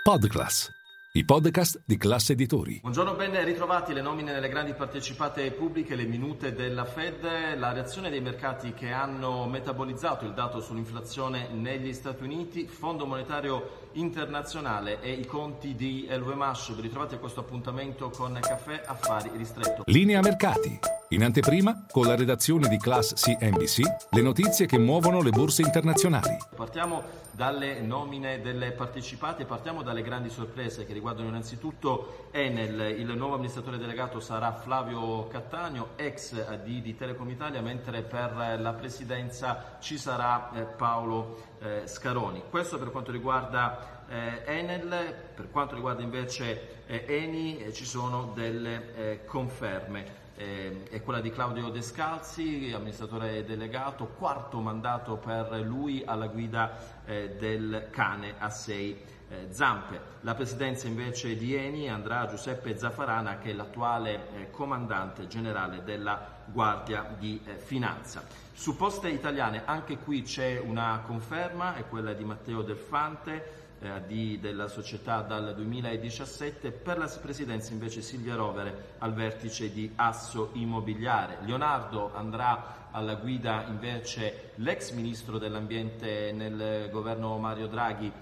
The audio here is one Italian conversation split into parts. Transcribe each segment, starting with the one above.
Podclass, i podcast di Class Editori. Buongiorno, ben ritrovati. Le nomine nelle grandi partecipate pubbliche, le minute della Fed, la reazione dei mercati che hanno metabolizzato il dato sull'inflazione negli Stati Uniti, Fondo Monetario Internazionale e i conti di LVMH. Ben ritrovati a questo appuntamento con Caffè Affari Ristretto. Linea mercati. In anteprima, con la redazione di Class CNBC, le notizie che muovono le borse internazionali. Partiamo dalle nomine delle partecipate, partiamo dalle grandi sorprese che riguardano innanzitutto Enel. Il nuovo amministratore delegato sarà Flavio Cattaneo, ex AD di Telecom Italia, mentre per la presidenza ci sarà Paolo Scaroni. Questo per quanto riguarda Enel. Per quanto riguarda invece Eni ci sono delle conferme. È quella di Claudio Descalzi, amministratore delegato, quarto mandato per lui alla guida del cane a 6 zampe. La presidenza invece di Eni andrà a Giuseppe Zaffarana, che è l'attuale comandante generale della Guardia di Finanza. Su Poste Italiane anche qui c'è una conferma, è quella di Matteo Delfante, della società dal 2017. Per la presidenza invece Silvia Rovere al vertice di Asso Immobiliare. Leonardo andrà alla guida invece l'ex ministro dell'ambiente nel governo Mario Draghi,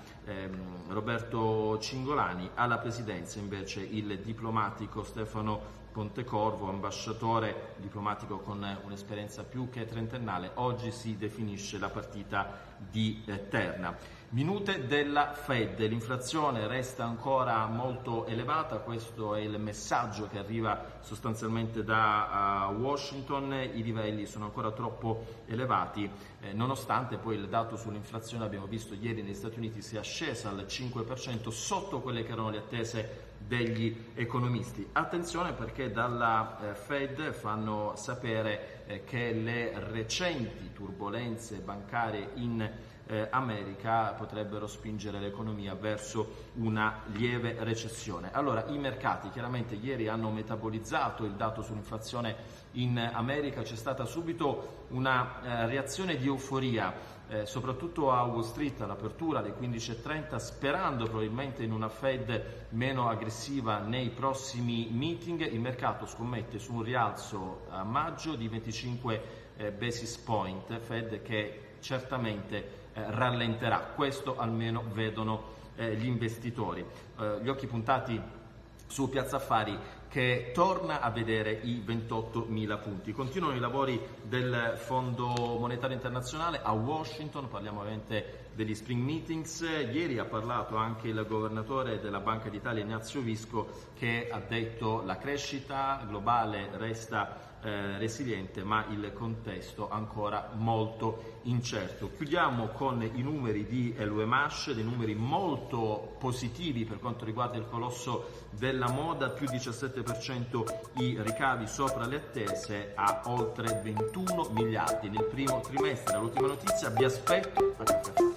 Roberto Cingolani. Alla presidenza invece il diplomatico Stefano Pontecorvo, ambasciatore diplomatico con un'esperienza più che trentennale. Oggi si definisce la partita di Terna. Minute della Fed, l'inflazione resta ancora molto elevata, questo è il messaggio che arriva sostanzialmente da Washington, i livelli sono ancora troppo elevati, nonostante poi il dato sull'inflazione, abbiamo visto ieri negli Stati Uniti, sia scesa al 5%, sotto quelle che erano le attese degli economisti. Attenzione, perché dalla Fed fanno sapere che le recenti turbolenze bancarie in America potrebbero spingere l'economia verso una lieve recessione. Allora, i mercati chiaramente ieri hanno metabolizzato il dato sull'inflazione in America, c'è stata subito una reazione di euforia, soprattutto a Wall Street all'apertura alle 15:30, sperando probabilmente in una Fed meno aggressiva nei prossimi meeting. Il mercato scommette su un rialzo a maggio di 25 basis point, Fed che certamente rallenterà, questo almeno vedono gli investitori. Gli occhi puntati su Piazza Affari, che torna a vedere i 28.000 punti. Continuano i lavori del Fondo Monetario Internazionale a Washington, parliamo ovviamente degli spring meetings. Ieri ha parlato anche il governatore della Banca d'Italia Ignazio Visco, che ha detto la crescita globale resta resiliente, ma il contesto ancora molto incerto. Chiudiamo con i numeri di LVMH, dei numeri molto positivi per quanto riguarda il colosso della moda, più 17% i ricavi sopra le attese a oltre 21 miliardi nel primo trimestre. L'ultima notizia, vi aspetto a Caffè.